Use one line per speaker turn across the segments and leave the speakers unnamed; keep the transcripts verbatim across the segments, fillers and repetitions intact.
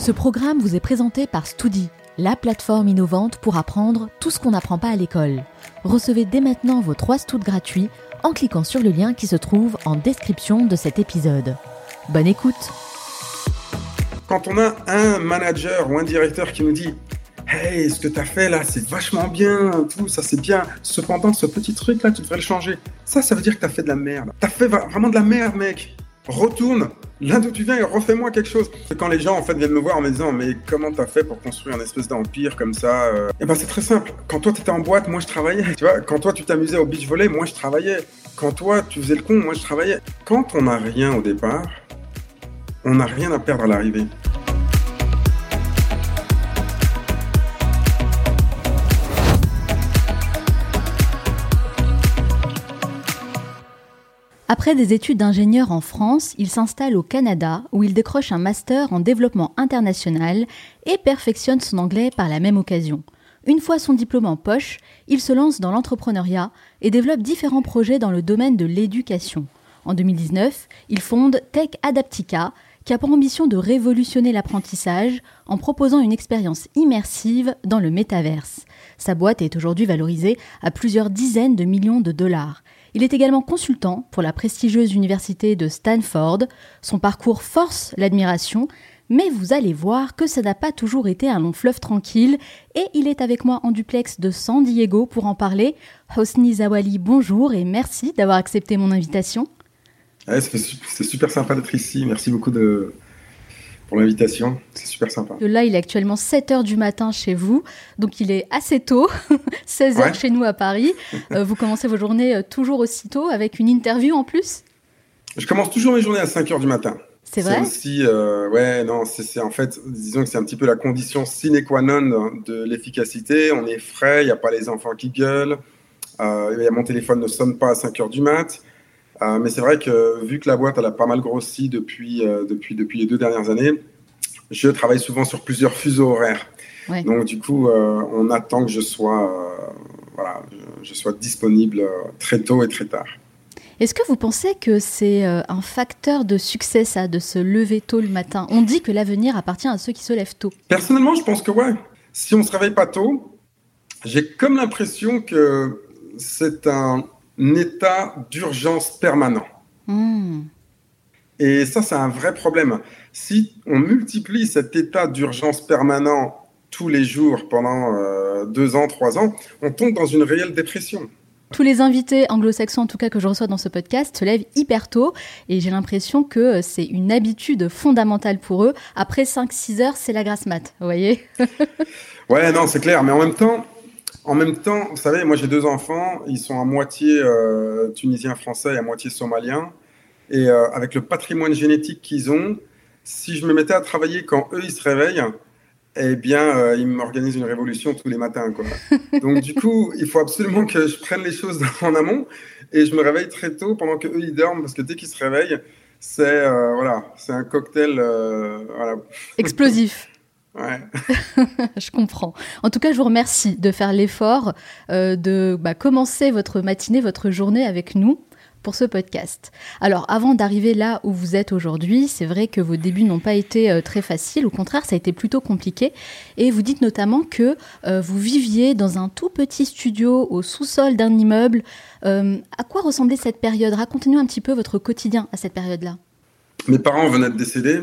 Ce programme vous est présenté par Studi, la plateforme innovante pour apprendre tout ce qu'on n'apprend pas à l'école. Recevez dès maintenant vos trois Stud gratuits en cliquant sur le lien qui se trouve en description de cet épisode. Bonne écoute.
Quand on a un manager ou un directeur qui nous dit « Hey, ce que tu as fait là, c'est vachement bien, tout ça c'est bien. Cependant, ce petit truc là, tu devrais le changer. » Ça, ça veut dire que tu as fait de la merde. Tu as fait vraiment de la merde, mec. Retourne là d'où tu viens et refais-moi quelque chose. Quand les gens en fait viennent me voir en me disant « Mais comment tu as fait pour construire un espèce d'empire comme ça euh... ?» Eh ben c'est très simple. Quand toi tu étais en boîte, moi je travaillais. Tu vois, quand toi tu t'amusais au beach volley, moi je travaillais. Quand toi tu faisais le con, moi je travaillais. Quand on n'a rien au départ, on n'a rien à perdre à l'arrivée.
Après des études d'ingénieur en France, il s'installe au Canada où il décroche un master en développement international et perfectionne son anglais par la même occasion. Une fois son diplôme en poche, il se lance dans l'entrepreneuriat et développe différents projets dans le domaine de l'éducation. En deux mille dix-neuf, il fonde Tech Adaptica, qui a pour ambition de révolutionner l'apprentissage en proposant une expérience immersive dans le métaverse. Sa boîte est aujourd'hui valorisée à plusieurs dizaines de millions de dollars. Il est également consultant pour la prestigieuse université de Stanford. Son parcours force l'admiration, mais vous allez voir que ça n'a pas toujours été un long fleuve tranquille. Et il est avec moi en duplex de San Diego pour en parler. Hosni Zawali, bonjour et merci d'avoir accepté mon invitation.
Ouais, c'est, c'est super sympa d'être ici. Merci beaucoup de... pour l'invitation. C'est super sympa.
Là, il est actuellement sept heures du matin chez vous, donc il est assez tôt, seize heures ouais. Chez nous à Paris. Euh, vous commencez vos journées toujours aussi tôt avec une interview en plus ?
Je commence toujours mes journées à cinq heures du matin.
C'est vrai ?
C'est aussi, euh, ouais, non, c'est, c'est en fait, disons que c'est un petit peu la condition sine qua non de l'efficacité. On est frais, il n'y a pas les enfants qui gueulent, euh, mon téléphone ne sonne pas à cinq heures du mat'. Euh, mais c'est vrai que vu que la boîte elle a pas mal grossi depuis, euh, depuis, depuis les deux dernières années, je travaille souvent sur plusieurs fuseaux horaires. Ouais. Donc du coup, euh, on attend que je sois, euh, voilà, je, je sois disponible euh, très tôt et très tard.
Est-ce que vous pensez que c'est euh, un facteur de succès, ça, de se lever tôt le matin ? On dit que l'avenir appartient à ceux qui se lèvent tôt.
Personnellement, je pense que ouais. Si on ne se réveille pas tôt, j'ai comme l'impression que c'est un... un état d'urgence permanent. Mmh. Et ça, c'est un vrai problème. Si on multiplie cet état d'urgence permanent tous les jours pendant euh, deux ans, trois ans, on tombe dans une réelle dépression.
Tous les invités anglo-saxons, en tout cas que je reçois dans ce podcast, se lèvent hyper tôt et j'ai l'impression que c'est une habitude fondamentale pour eux. Après cinq six heures, c'est la grasse mat, vous voyez ?
Ouais, non, c'est clair. Mais en même temps, En même temps, vous savez, moi j'ai deux enfants, ils sont à moitié euh, tunisiens français et à moitié somaliens. Et euh, avec le patrimoine génétique qu'ils ont, si je me mettais à travailler quand eux ils se réveillent, eh bien euh, ils m'organisent une révolution tous les matins, quoi. Donc du coup, il faut absolument que je prenne les choses en amont et je me réveille très tôt pendant que eux ils dorment, parce que dès qu'ils se réveillent, c'est euh, voilà, c'est un cocktail euh, voilà.
Explosif.
Ouais.
Je comprends. En tout cas, je vous remercie de faire l'effort euh, de bah, commencer votre matinée, votre journée avec nous pour ce podcast. Alors, avant d'arriver là où vous êtes aujourd'hui, c'est vrai que vos débuts n'ont pas été euh, très faciles. Au contraire, ça a été plutôt compliqué. Et vous dites notamment que euh, vous viviez dans un tout petit studio au sous-sol d'un immeuble. Euh, à quoi ressemblait cette période ? Racontez-nous un petit peu votre quotidien à cette période-là.
Mes parents venaient de décéder.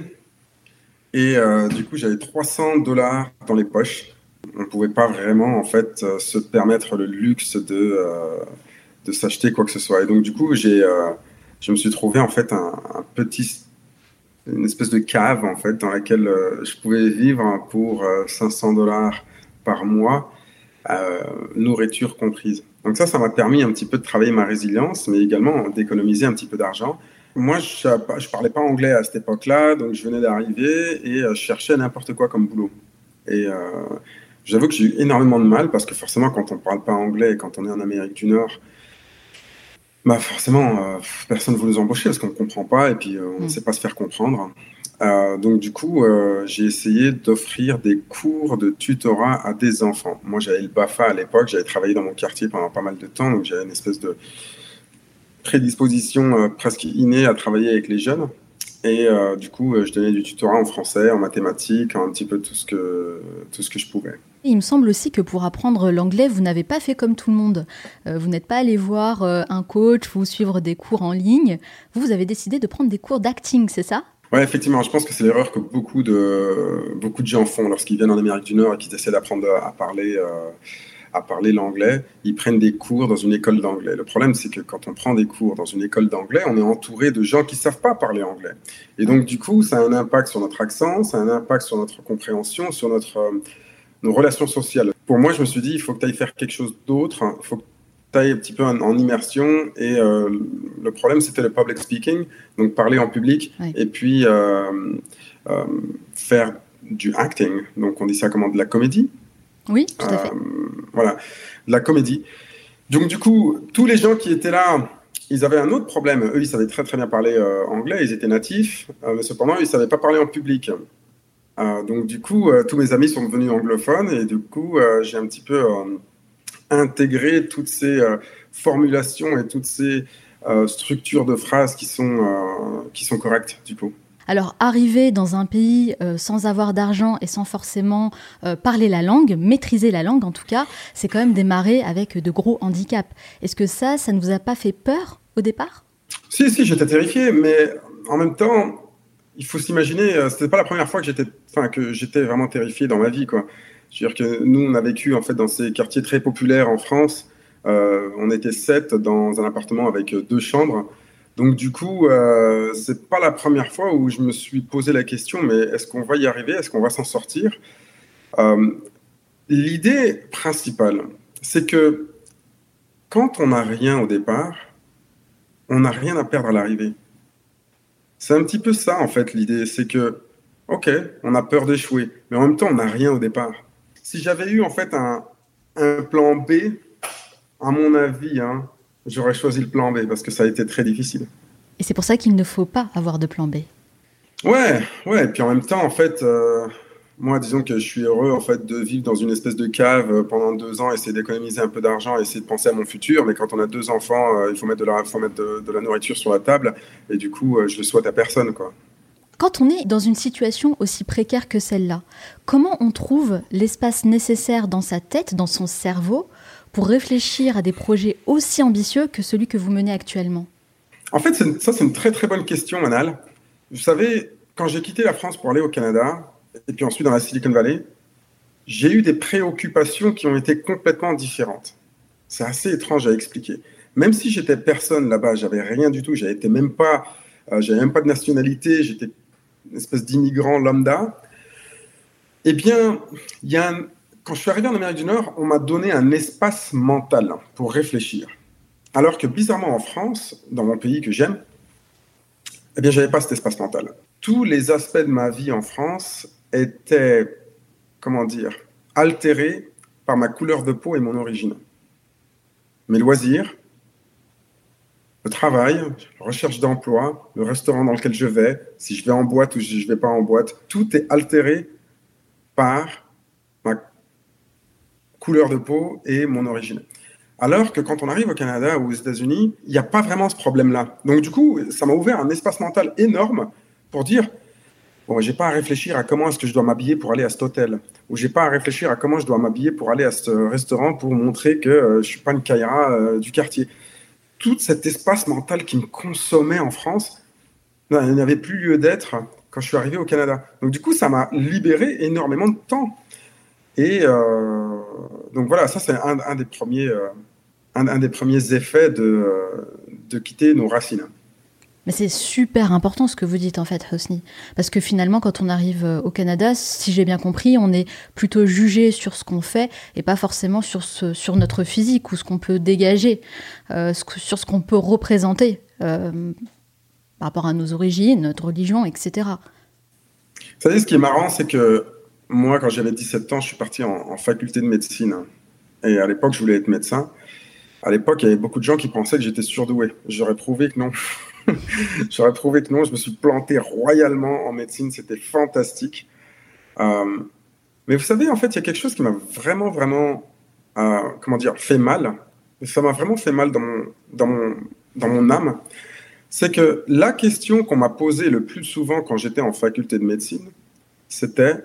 Et euh, du coup, j'avais trois cents dollars dans les poches. On ne pouvait pas vraiment, en fait, euh, se permettre le luxe de, euh, de s'acheter quoi que ce soit. Et donc, du coup, j'ai, euh, je me suis trouvé, en fait, un, un petit, une espèce de cave, en fait, dans laquelle euh, je pouvais vivre pour euh, cinq cents dollars par mois, euh, nourriture comprise. Donc ça, ça m'a permis un petit peu de travailler ma résilience, mais également d'économiser un petit peu d'argent. Moi, je ne parlais pas anglais à cette époque-là, donc je venais d'arriver et euh, je cherchais n'importe quoi comme boulot. Et euh, j'avoue que j'ai eu énormément de mal parce que forcément, quand on ne parle pas anglais et quand on est en Amérique du Nord, bah forcément, euh, personne ne veut nous embaucher parce qu'on ne comprend pas et puis euh, on ne mmh. sait pas se faire comprendre. Euh, donc du coup, euh, j'ai essayé d'offrir des cours de tutorat à des enfants. Moi, j'avais le BAFA à l'époque, j'avais travaillé dans mon quartier pendant pas mal de temps, donc j'avais une espèce de prédisposition euh, presque innée à travailler avec les jeunes. Et euh, du coup, je donnais du tutorat en français, en mathématiques, un petit peu tout ce que, tout ce que je pouvais.
Il me semble aussi que pour apprendre l'anglais, vous n'avez pas fait comme tout le monde. Euh, vous n'êtes pas allé voir euh, un coach ou suivre des cours en ligne. Vous, vous avez décidé de prendre des cours d'acting, c'est ça ?
Ouais, effectivement, je pense que c'est l'erreur que beaucoup de, beaucoup de gens font lorsqu'ils viennent en Amérique du Nord et qu'ils essaient d'apprendre à parler, euh, à parler l'anglais. Ils prennent des cours dans une école d'anglais. Le problème, c'est que quand on prend des cours dans une école d'anglais, on est entouré de gens qui ne savent pas parler anglais. Et donc, du coup, ça a un impact sur notre accent, ça a un impact sur notre compréhension, sur notre, euh, nos relations sociales. Pour moi, je me suis dit, il faut que tu ailles faire quelque chose d'autre. Il faut que tu ailles un petit peu en, en immersion. Et euh, le problème, c'était le public speaking, donc parler en public. Oui. Et puis, euh, euh, faire du acting. Donc, on dit ça comment ? De la comédie.
Oui, tout à fait.
Euh, voilà, de la comédie. Donc, du coup, tous les gens qui étaient là, ils avaient un autre problème. Eux, ils savaient très, très bien parler euh, anglais. Ils étaient natifs. Euh, mais cependant, ils ne savaient pas parler en public. Euh, donc, du coup, euh, tous mes amis sont devenus anglophones. Et du coup, euh, j'ai un petit peu euh, intégré toutes ces euh, formulations et toutes ces euh, structures de phrases qui sont, euh, qui sont correctes, du coup.
Alors, arriver dans un pays euh, sans avoir d'argent et sans forcément euh, parler la langue, maîtriser la langue en tout cas, c'est quand même démarrer avec de gros handicaps. Est-ce que ça, ça ne vous a pas fait peur au départ ?
Si, si, j'étais terrifié, mais en même temps, il faut s'imaginer, euh, c'était pas la première fois que j'étais, enfin, que j'étais vraiment terrifié dans ma vie, quoi. Je veux dire que nous, on a vécu en fait dans ces quartiers très populaires en France. Euh, on était sept dans un appartement avec deux chambres. Donc du coup, euh, c'est pas la première fois où je me suis posé la question, mais est-ce qu'on va y arriver ? Est-ce qu'on va s'en sortir ? euh, L'idée principale, c'est que quand on n'a rien au départ, on n'a rien à perdre à l'arrivée. C'est un petit peu ça, en fait, l'idée. C'est que, OK, on a peur d'échouer, mais en même temps, on n'a rien au départ. Si j'avais eu, en fait, un, un plan B, à mon avis, hein, j'aurais choisi le plan B parce que ça a été très difficile.
Et c'est pour ça qu'il ne faut pas avoir de plan B.
Ouais, ouais. Et puis en même temps, en fait, euh, moi, disons que je suis heureux en fait de vivre dans une espèce de cave pendant deux ans, essayer d'économiser un peu d'argent, essayer de penser à mon futur. Mais quand on a deux enfants, euh, il faut mettre de la, faut mettre de, de la nourriture sur la table. Et du coup, euh, je le souhaite à personne, quoi.
Quand on est dans une situation aussi précaire que celle-là, comment on trouve l'espace nécessaire dans sa tête, dans son cerveau, pour réfléchir à des projets aussi ambitieux que celui que vous menez actuellement ?
En fait, c'est une, ça, c'est une très, très bonne question, Manal. Vous savez, quand j'ai quitté la France pour aller au Canada, et puis ensuite dans la Silicon Valley, j'ai eu des préoccupations qui ont été complètement différentes. C'est assez étrange à expliquer. Même si j'étais personne là-bas, j'avais rien du tout, j'avais même pas, euh, j'avais même pas de nationalité, j'étais une espèce d'immigrant lambda. Eh bien, il y a un, quand je suis arrivé en Amérique du Nord, on m'a donné un espace mental pour réfléchir. Alors que bizarrement en France, dans mon pays que j'aime, eh bien, j'avais pas cet espace mental. Tous les aspects de ma vie en France étaient, comment dire, altérés par ma couleur de peau et mon origine. Mes loisirs, le travail, la recherche d'emploi, le restaurant dans lequel je vais, si je vais en boîte ou si je ne vais pas en boîte, tout est altéré par ma couleur de peau et mon origine. Alors que quand on arrive au Canada ou aux États-Unis, il n'y a pas vraiment ce problème-là. Donc du coup, ça m'a ouvert un espace mental énorme pour dire, bon, j'ai pas à réfléchir à comment est-ce que je dois m'habiller pour aller à cet hôtel, ou j'ai pas à réfléchir à comment je dois m'habiller pour aller à ce restaurant pour montrer que euh, je suis pas une caïra euh, du quartier. Tout cet espace mental qui me consommait en France, il n'y avait plus lieu d'être quand je suis arrivé au Canada. Donc du coup, ça m'a libéré énormément de temps. Et euh, donc voilà, ça c'est un, un, des, premiers, euh, un, un des premiers effets de, euh, de quitter nos racines.
Mais c'est super important ce que vous dites en fait, Hosni. Parce que finalement, quand on arrive au Canada, si j'ai bien compris, on est plutôt jugé sur ce qu'on fait et pas forcément sur, ce, sur notre physique ou ce qu'on peut dégager, euh, sur ce qu'on peut représenter euh, par rapport à nos origines, notre religion, et cetera.
Vous savez, ce qui est marrant, c'est que moi, quand j'avais dix-sept ans, je suis parti en, en faculté de médecine. Et à l'époque, je voulais être médecin. À l'époque, il y avait beaucoup de gens qui pensaient que j'étais surdoué. J'aurais prouvé que non. J'aurais prouvé que non. Je me suis planté royalement en médecine. C'était fantastique. Euh, mais vous savez, en fait, il y a quelque chose qui m'a vraiment, vraiment, euh, comment dire, fait mal. Ça m'a vraiment fait mal dans mon, dans mon, dans mon âme. c'est que la question qu'on m'a posée le plus souvent quand j'étais en faculté de médecine, c'était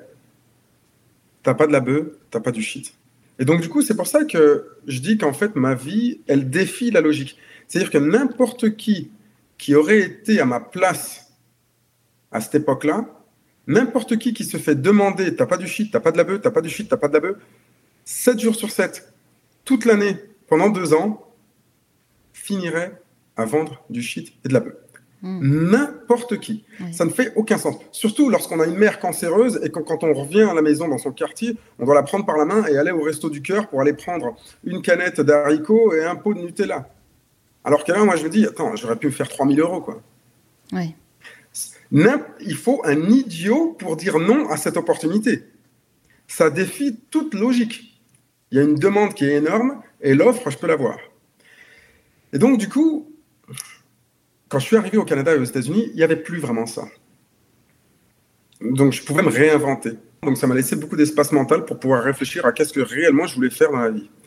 « t'as pas de la bœuf, t'as pas du shit ». Et donc, du coup, c'est pour ça que je dis qu'en fait, ma vie, elle défie la logique. C'est-à-dire que n'importe qui qui aurait été à ma place à cette époque-là, n'importe qui qui se fait demander « t'as pas du shit, t'as pas de la bœuf, t'as pas du shit, t'as pas de la bœuf », sept jours sur sept, toute l'année, pendant deux ans, finirait à vendre du shit et de la bœuf. Mmh. N'importe qui. Oui. Ça ne fait aucun sens. Surtout lorsqu'on a une mère cancéreuse et quand, quand on revient à la maison dans son quartier, on doit la prendre par la main et aller au resto du cœur pour aller prendre une canette d'haricots et un pot de Nutella. Alors que là, moi, je me dis, attends, j'aurais pu me faire trois mille euros, quoi.
Oui.
Il faut un idiot pour dire non à cette opportunité. Ça défie toute logique. Il y a une demande qui est énorme et l'offre, je peux l'avoir. Et donc, du coup, quand je suis arrivé au Canada et aux États-Unis, il n'y avait plus vraiment ça. Donc, je pouvais me réinventer. Donc, ça m'a laissé beaucoup d'espace mental pour pouvoir réfléchir à qu'est-ce que réellement je voulais faire dans la vie.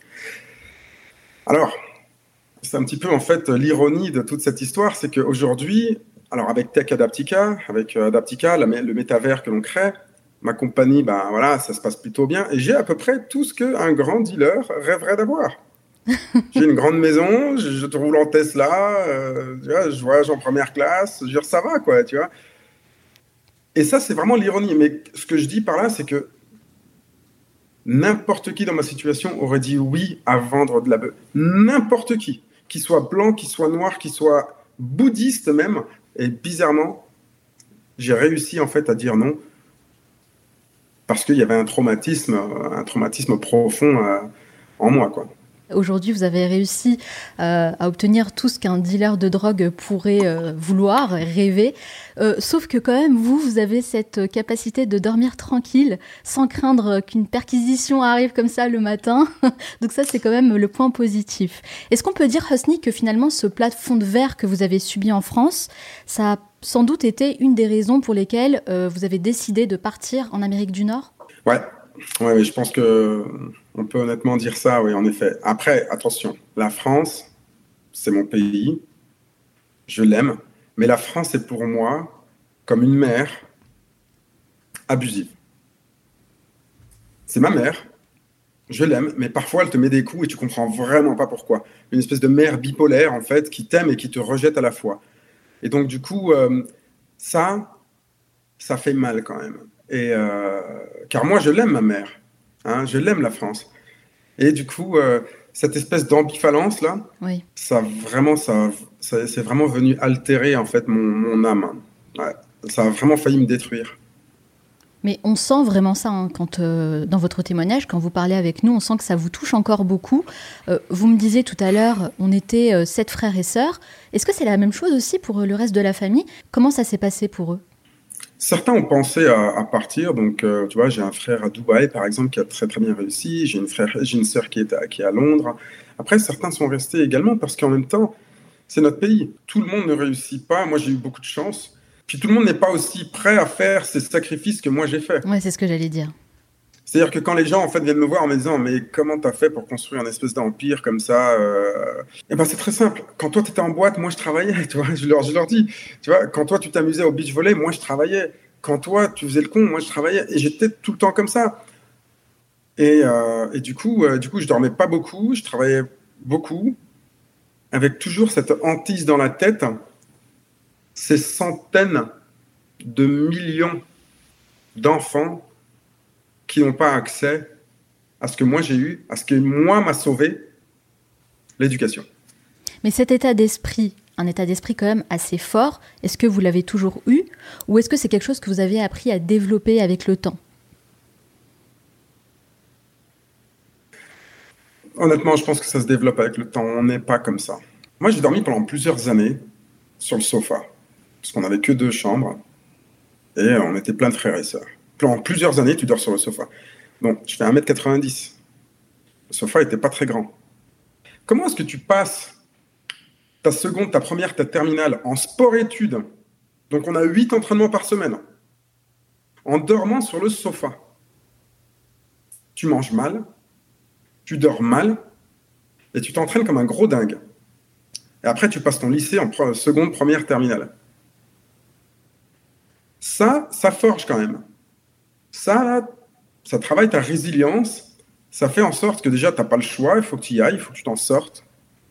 Alors, c'est un petit peu, en fait, l'ironie de toute cette histoire, c'est qu'aujourd'hui, alors avec Tech Adaptica, avec Adaptica, la, le métavers que l'on crée, ma compagnie, ben voilà, ça se passe plutôt bien. Et j'ai à peu près tout ce qu'un grand dealer rêverait d'avoir. J'ai une grande maison, je, je roule en Tesla, euh, tu vois, je voyage en première classe, je veux dire, ça va, quoi, tu vois. Et ça, c'est vraiment l'ironie. Mais ce que je dis par là, c'est que n'importe qui dans ma situation aurait dit oui à vendre de la bœuf. N'importe qui, qu'il soit blanc, qu'il soit noir, qu'il soit bouddhiste même. Et bizarrement, j'ai réussi en fait à dire non parce qu'il y avait un traumatisme, un traumatisme profond euh, en moi, quoi.
Aujourd'hui, vous avez réussi euh, à obtenir tout ce qu'un dealer de drogue pourrait euh, vouloir, rêver. Euh, sauf que quand même, vous, vous avez cette capacité de dormir tranquille, sans craindre qu'une perquisition arrive comme ça le matin. Donc ça, c'est quand même le point positif. Est-ce qu'on peut dire, Hosni, que finalement, ce plafond de verre que vous avez subi en France, ça a sans doute été une des raisons pour lesquelles euh, vous avez décidé de partir en Amérique du Nord ?
Ouais. Ouais, mais je pense que on peut honnêtement dire ça, oui, en effet. Après, attention, la France, c'est mon pays, je l'aime, mais la France est pour moi comme une mère abusive. C'est ma mère, je l'aime, mais parfois elle te met des coups et tu comprends vraiment pas pourquoi. Une espèce de mère bipolaire, en fait, qui t'aime et qui te rejette à la fois. Et donc, du coup, euh, ça, ça fait mal quand même. Et euh, car moi, je l'aime, ma mère. Hein, je l'aime, la France. Et du coup, euh, cette espèce d'ambivalence-là,
oui.
ça, vraiment, ça, ça, c'est vraiment venu altérer en fait, mon, mon âme. Ouais, ça a vraiment failli me détruire.
Mais on sent vraiment ça hein, quand, euh, dans votre témoignage, quand vous parlez avec nous, on sent que ça vous touche encore beaucoup. Euh, vous me disiez tout à l'heure, on était euh, sept frères et sœurs. Est-ce que c'est la même chose aussi pour le reste de la famille ? Comment ça s'est passé pour eux ?
Certains ont pensé à, à partir. Donc, euh, tu vois, j'ai un frère à Dubaï, par exemple, qui a très, très bien réussi. J'ai une, frère, j'ai une sœur qui est, à, qui est à Londres. Après, certains sont restés également parce qu'en même temps, c'est notre pays. Tout le monde ne réussit pas. Moi, j'ai eu beaucoup de chance. Puis tout le monde n'est pas aussi prêt à faire ces sacrifices que moi, j'ai fait.
Ouais, c'est ce que j'allais dire.
C'est-à-dire que quand les gens en fait viennent me voir en me disant mais comment t'as fait pour construire un espèce d'empire comme ça euh... Eh ben c'est très simple. Quand toi t'étais en boîte, moi je travaillais. Tu vois, je leur, je leur dis. Tu vois, quand toi tu t'amusais au beach volley, moi je travaillais. Quand toi tu faisais le con, moi je travaillais. Et j'étais tout le temps comme ça. Et, euh, et du coup, euh, du coup, je dormais pas beaucoup. Je travaillais beaucoup, avec toujours cette hantise dans la tête. Ces centaines de millions d'enfants qui n'ont pas accès à ce que moi j'ai eu, à ce que moi m'a sauvé, l'éducation.
Mais cet état d'esprit, un état d'esprit quand même assez fort, est-ce que vous l'avez toujours eu ou est-ce que c'est quelque chose que vous avez appris à développer avec le temps ?
Honnêtement, je pense que ça se développe avec le temps. On n'est pas comme ça. Moi, j'ai dormi pendant plusieurs années sur le sofa, parce qu'on n'avait que deux chambres et on était plein de frères et sœurs. Pendant plusieurs années, tu dors sur le sofa. Bon, je fais un mètre quatre-vingt-dix. Le sofa n'était pas très grand. Comment est-ce que tu passes ta seconde, ta première, ta terminale en sport-études, donc on a huit entraînements par semaine, en dormant sur le sofa? Tu manges mal, tu dors mal, et tu t'entraînes comme un gros dingue. Et après, tu passes ton lycée en pre- seconde, première, terminale. Ça, ça forge quand même. Ça, là, ça travaille ta résilience. Ça fait en sorte que déjà, tu n'as pas le choix. Il faut que tu y ailles, il faut que tu t'en sortes.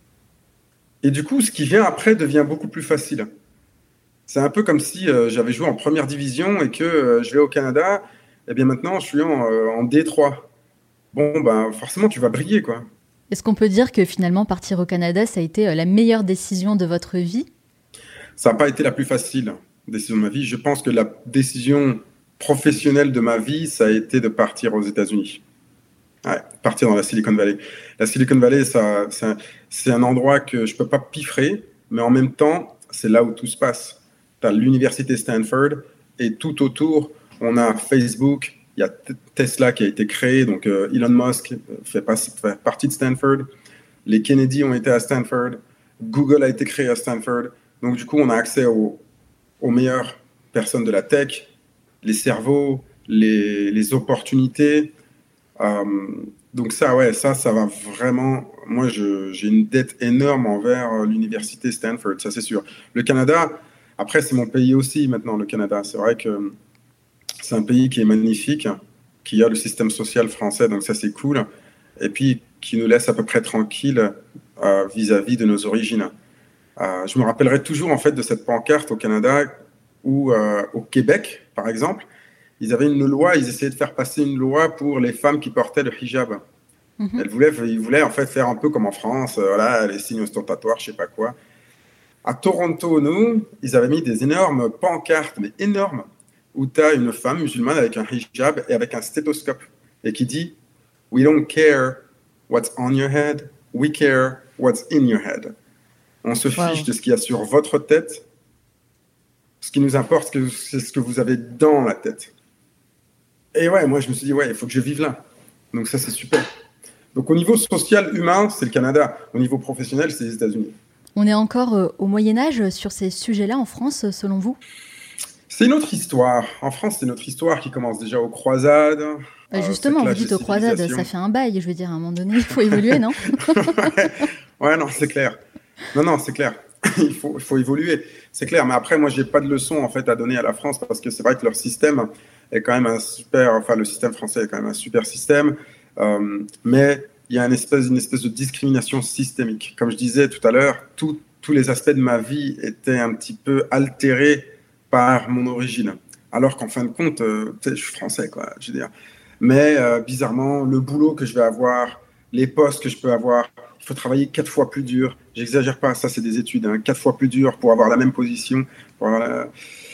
Et du coup, ce qui vient après devient beaucoup plus facile. C'est un peu comme si euh, j'avais joué en première division et que euh, je vais au Canada. Et bien maintenant, je suis en, euh, en D trois. Bon, ben, forcément, tu vas briller, quoi.
Est-ce qu'on peut dire que finalement partir au Canada, ça a été euh, la meilleure décision de votre vie?
Ça n'a pas été la plus facile décision de ma vie. Je pense que la décision professionnelle de ma vie, ça a été de partir aux États-Unis. Ouais, partir dans la Silicon Valley. La Silicon Valley, ça, c'est, un, c'est un endroit que je ne peux pas piffrer, mais en même temps, c'est là où tout se passe. Tu as l'université Stanford et tout autour, on a Facebook, il y a Tesla qui a été créé, donc euh, Elon Musk fait, pas, fait partie de Stanford. Les Kennedy ont été à Stanford. Google a été créé à Stanford. Donc du coup, on a accès aux, aux meilleures personnes de la tech, les cerveaux, les, les opportunités. Euh, donc ça, ouais, ça, ça va vraiment... Moi, je, j'ai une dette énorme envers l'université Stanford, ça c'est sûr. Le Canada, après, c'est mon pays aussi maintenant, le Canada. C'est vrai que c'est un pays qui est magnifique, qui a le système social français, donc ça c'est cool. Et puis, qui nous laisse à peu près tranquilles euh, vis-à-vis de nos origines. Euh, je me rappellerai toujours en fait de cette pancarte au Canada ou euh, au Québec, par exemple. Ils avaient une loi, ils essayaient de faire passer une loi pour les femmes qui portaient le hijab. Mm-hmm. Elles voulaient, ils voulaient en fait faire un peu comme en France, euh, voilà, les signes ostentatoires, je sais pas quoi. À Toronto, nous, ils avaient mis des énormes pancartes, mais énormes, où tu as une femme musulmane avec un hijab et avec un stéthoscope, et qui dit « We don't care what's on your head, we care what's in your head ». On se fiche wow. de ce qu'il y a sur votre tête. Ce qui nous importe, c'est ce que vous avez dans la tête. Et ouais, moi, je me suis dit, ouais, il faut que je vive là. Donc ça, c'est super. Donc au niveau social, humain, c'est le Canada. Au niveau professionnel, c'est les États-Unis.
On est encore euh, au Moyen-Âge sur ces sujets-là en France, selon vous?
C'est une autre histoire. En France, c'est notre histoire qui commence déjà aux croisades.
Bah justement, euh, vous dites aux croisades, ça fait un bail. Je veux dire, à un moment donné, il faut évoluer, non?
ouais. ouais, non, c'est clair. Non, non, c'est clair. il, faut, il faut évoluer. C'est clair. Mais après, moi, je n'ai pas de leçon en fait, à donner à la France parce que c'est vrai que leur système est quand même un super... Enfin, le système français est quand même un super système. Euh, mais il y a une espèce, une espèce de discrimination systémique. Comme je disais tout à l'heure, tout, tous les aspects de ma vie étaient un petit peu altérés par mon origine. Alors qu'en fin de compte, euh, je suis français, quoi, je veux dire. Mais euh, bizarrement, le boulot que je vais avoir, les postes que je peux avoir, il faut travailler quatre fois plus dur. J'exagère pas, ça c'est des études, hein, quatre fois plus dur pour avoir la même position. Pour avoir la...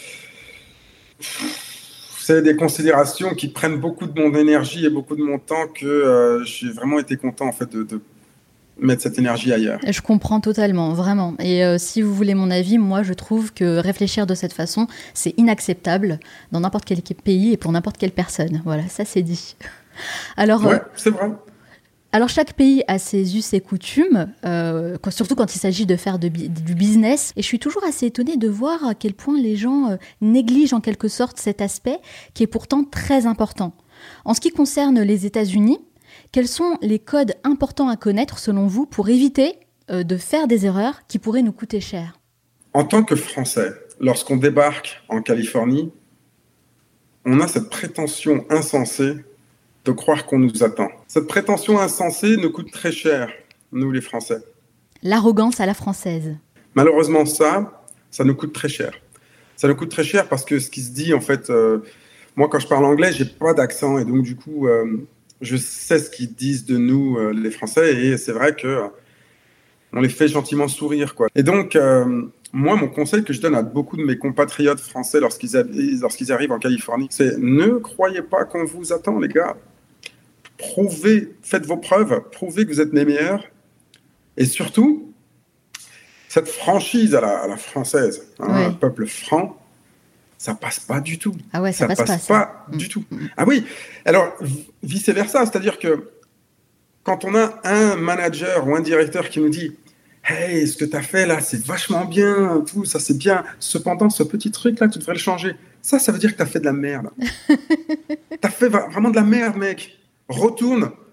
C'est des considérations qui prennent beaucoup de mon énergie et beaucoup de mon temps que euh, j'ai vraiment été content en fait de, de mettre cette énergie ailleurs.
Je comprends totalement, vraiment. Et euh, si vous voulez mon avis, moi je trouve que réfléchir de cette façon, c'est inacceptable dans n'importe quel pays et pour n'importe quelle personne. Voilà, ça c'est dit. Alors,
ouais,
euh,
c'est vrai.
Alors chaque pays a ses us et coutumes, euh, quand, surtout quand il s'agit de faire de, du business. Et je suis toujours assez étonnée de voir à quel point les gens euh, négligent en quelque sorte cet aspect qui est pourtant très important. En ce qui concerne les États-Unis, quels sont les codes importants à connaître selon vous pour éviter euh, de faire des erreurs qui pourraient nous coûter cher?
En tant que Français, lorsqu'on débarque en Californie, on a cette prétention insensée de croire qu'on nous attend. Cette prétention insensée nous coûte très cher, nous les Français.
L'arrogance à la française.
Malheureusement, ça, ça nous coûte très cher. Ça nous coûte très cher parce que ce qui se dit, en fait, euh, moi quand je parle anglais, j'ai pas d'accent et donc du coup, euh, je sais ce qu'ils disent de nous, euh, les Français, et c'est vrai que euh, on les fait gentiment sourire, quoi. Et donc, euh, moi, mon conseil que je donne à beaucoup de mes compatriotes français lorsqu'ils, a- lorsqu'ils arrivent en Californie, c'est ne croyez pas qu'on vous attend, les gars. Prouvez, faites vos preuves, prouvez que vous êtes les meilleurs. Et surtout, cette franchise à la, à la française, hein,
ouais.
un peuple franc, ça passe pas du tout.
Ah ouais, ça,
ça
passe,
passe
pas,
pas
ça.
du
mmh.
tout. Ah oui, alors vice-versa, c'est-à-dire que quand on a un manager ou un directeur qui nous dit « Hey, ce que tu as fait là, c'est vachement bien, tout ça c'est bien. Cependant, ce petit truc-là, tu devrais le changer. » Ça, ça veut dire que tu as fait de la merde. Tu as fait vraiment de la merde, mec. Retourne,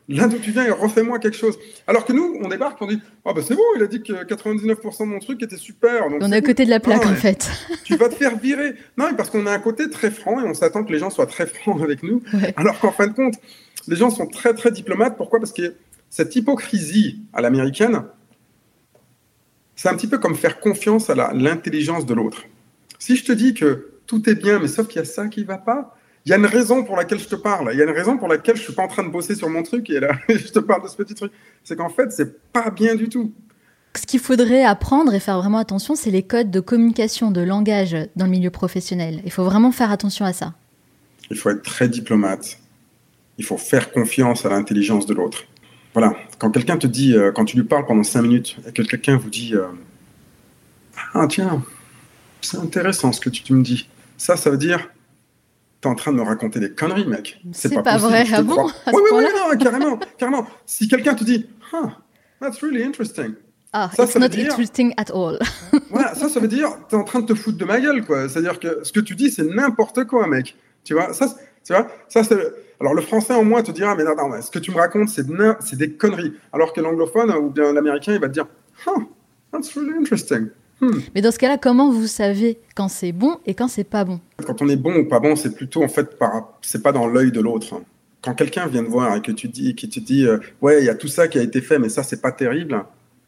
Là d'où tu viens et refais-moi quelque chose. Alors que nous, on débarque, on dit « Ah bah c'est bon, il a dit que quatre-vingt-dix-neuf pour cent de mon truc était super. »
On est à côté de la plaque,
non,
en fait.
Tu vas te faire virer. Non, parce qu'on a un côté très franc et on s'attend que les gens soient très francs avec nous.
Ouais.
Alors qu'en fin de compte, les gens sont très, très diplomates. Pourquoi ? Parce que cette hypocrisie à l'américaine, c'est un petit peu comme faire confiance à la, l'intelligence de l'autre. Si je te dis que tout est bien, mais sauf qu'il y a ça qui ne va pas, il y a une raison pour laquelle je te parle. Il y a une raison pour laquelle je ne suis pas en train de bosser sur mon truc et là, je te parle de ce petit truc. C'est qu'en fait, ce n'est pas bien du tout.
Ce qu'il faudrait apprendre et faire vraiment attention, c'est les codes de communication, de langage dans le milieu professionnel. Il faut vraiment faire attention à ça.
Il faut être très diplomate. Il faut faire confiance à l'intelligence de l'autre. Voilà. Quand quelqu'un te dit, euh, quand tu lui parles pendant cinq minutes et que quelqu'un vous dit euh, « Ah tiens, c'est intéressant ce que tu, tu me dis. » Ça, ça veut dire « T'es en train de me raconter des conneries, mec.
C'est, c'est pas, pas vrai, ah bon ?
Oui, oui, oui, non, carrément, carrément. Si quelqu'un te dit « Ah, that's really interesting. »
Ah, ça, it's ça not dire, interesting at all.
Voilà, ça, ça veut dire t'es en train de te foutre de ma gueule, quoi. C'est-à-dire que ce que tu dis, c'est n'importe quoi, mec. Tu vois, ça, tu vois, ça, c'est... Alors, le français, en moi, te dira, mais non, non, ce que tu me racontes, c'est, de... c'est des conneries. Alors que l'anglophone ou bien l'américain, il va te dire, oh, that's really interesting. Hmm.
Mais dans ce cas-là, comment vous savez quand c'est bon et quand c'est pas bon ?
Quand on est bon ou pas bon, c'est plutôt, en fait, par... c'est pas dans l'œil de l'autre. Quand quelqu'un vient te voir et que tu dis, qui te dit, euh, ouais, il y a tout ça qui a été fait, mais ça, c'est pas terrible.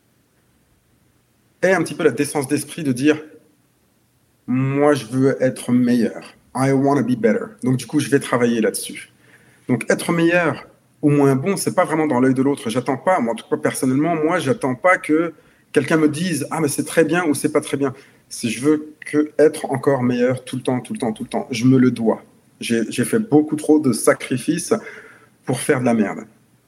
Et un petit peu la décence d'esprit de dire moi je veux être meilleur, I want to be better, donc du coup je vais travailler là-dessus. Donc être meilleur ou moins bon, c'est pas vraiment dans l'œil de l'autre. J'attends pas, moi en tout cas personnellement, moi j'attends pas que quelqu'un me dise ah mais c'est très bien ou c'est pas très bien. Si je veux que être encore meilleur tout le temps, tout le temps, tout le temps, je me le dois. J'ai, j'ai fait beaucoup trop de sacrifices pour faire de la merde.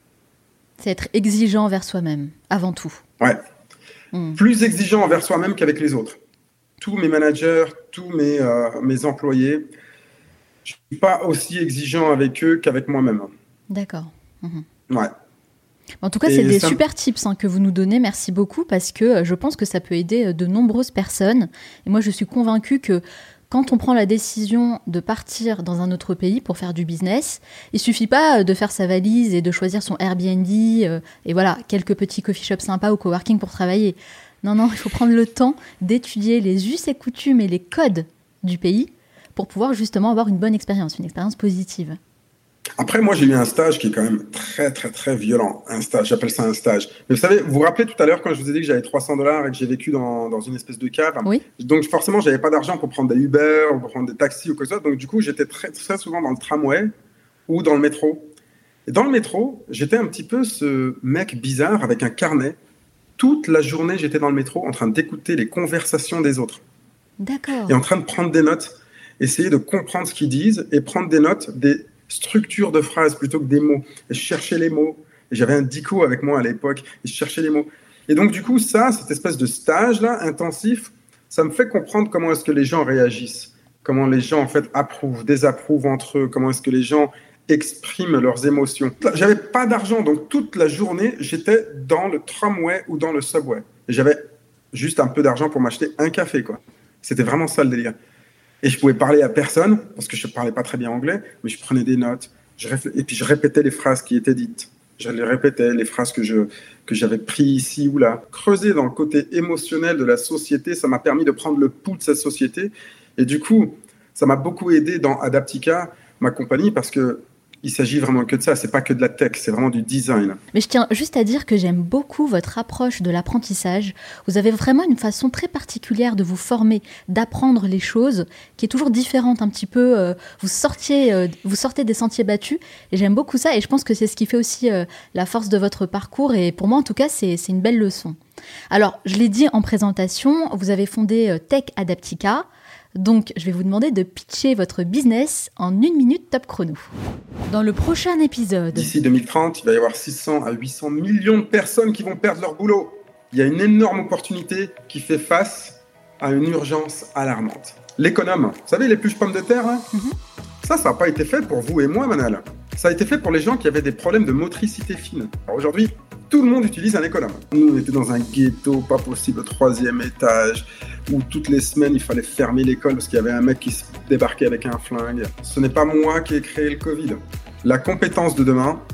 C'est être exigeant envers soi-même, avant tout.
Ouais. Mmh. Plus exigeant envers soi-même qu'avec les autres. Tous mes managers, tous mes, euh, mes employés, je ne suis pas aussi exigeant avec eux qu'avec moi-même.
D'accord. Mmh.
Ouais.
En tout cas, et c'est des ça... super tips hein, que vous nous donnez. Merci beaucoup parce que euh, je pense que ça peut aider de nombreuses personnes. Et moi, je suis convaincue que quand on prend la décision de partir dans un autre pays pour faire du business, il ne suffit pas de faire sa valise et de choisir son Airbnb euh, et voilà, quelques petits coffee shops sympas ou coworking pour travailler. Non, non, il faut prendre le temps d'étudier les us et coutumes et les codes du pays pour pouvoir justement avoir une bonne expérience, une expérience positive.
Après, moi, j'ai eu un stage qui est quand même très, très, très violent. Un stage, j'appelle ça un stage. Mais vous savez, vous vous rappelez tout à l'heure quand je vous ai dit que j'avais trois cents dollars et que j'ai vécu dans, dans une espèce de cave.
Oui.
Donc, forcément, j'avais pas d'argent pour prendre des Uber ou pour prendre des taxis ou quoi que ce soit. Donc, du coup, j'étais très, très souvent dans le tramway ou dans le métro. Et dans le métro, j'étais un petit peu ce mec bizarre avec un carnet. Toute la journée, j'étais dans le métro en train d'écouter les conversations des autres.
D'accord.
Et en train de prendre des notes, essayer de comprendre ce qu'ils disent et prendre des notes des structure de phrases plutôt que des mots. Et je cherchais les mots. Et j'avais un dico avec moi à l'époque. Et je cherchais les mots. Et donc, du coup, ça, cette espèce de stage-là, intensif, ça me fait comprendre comment est-ce que les gens réagissent. Comment les gens, en fait, approuvent, désapprouvent entre eux. Comment est-ce que les gens expriment leurs émotions. J'avais pas d'argent. Donc, toute la journée, j'étais dans le tramway ou dans le subway. Et j'avais juste un peu d'argent pour m'acheter un café, quoi. C'était vraiment ça, le délire. Et je pouvais parler à personne, parce que je ne parlais pas très bien anglais, mais je prenais des notes. Je réfl... Et puis je répétais les phrases qui étaient dites. Je les répétais, les phrases que, je... que j'avais prises ici ou là. Creuser dans le côté émotionnel de la société, ça m'a permis de prendre le pouls de cette société. Et du coup, ça m'a beaucoup aidé dans Adaptica, ma compagnie, parce que il s'agit vraiment que de ça, c'est pas que de la tech, c'est vraiment du design.
Mais je tiens juste à dire que j'aime beaucoup votre approche de l'apprentissage. Vous avez vraiment une façon très particulière de vous former, d'apprendre les choses, qui est toujours différente un petit peu. Euh, vous, sortiez, euh, vous sortez des sentiers battus, et j'aime beaucoup ça, et je pense que c'est ce qui fait aussi euh, la force de votre parcours, et pour moi en tout cas, c'est, c'est une belle leçon. Alors, je l'ai dit en présentation, vous avez fondé euh, Tech Adaptica. Donc, je vais vous demander de pitcher votre business en une minute top chrono. Dans le prochain épisode...
D'ici deux mille trente, il va y avoir six cents à huit cents millions de personnes qui vont perdre leur boulot. Il y a une énorme opportunité qui fait face à une urgence alarmante. L'économe, vous savez, les pluches pommes de terre, hein mm-hmm. Ça, ça n'a pas été fait pour vous et moi, Manal. Ça a été fait pour les gens qui avaient des problèmes de motricité fine. Alors aujourd'hui, tout le monde utilise un économe. Nous, on était dans un ghetto, pas possible, au troisième étage, où toutes les semaines, il fallait fermer l'école parce qu'il y avait un mec qui se débarquait avec un flingue. Ce n'est pas moi qui ai créé le Covid. La compétence de demain,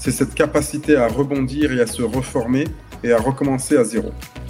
c'est cette capacité à rebondir et à se reformer et à recommencer à zéro.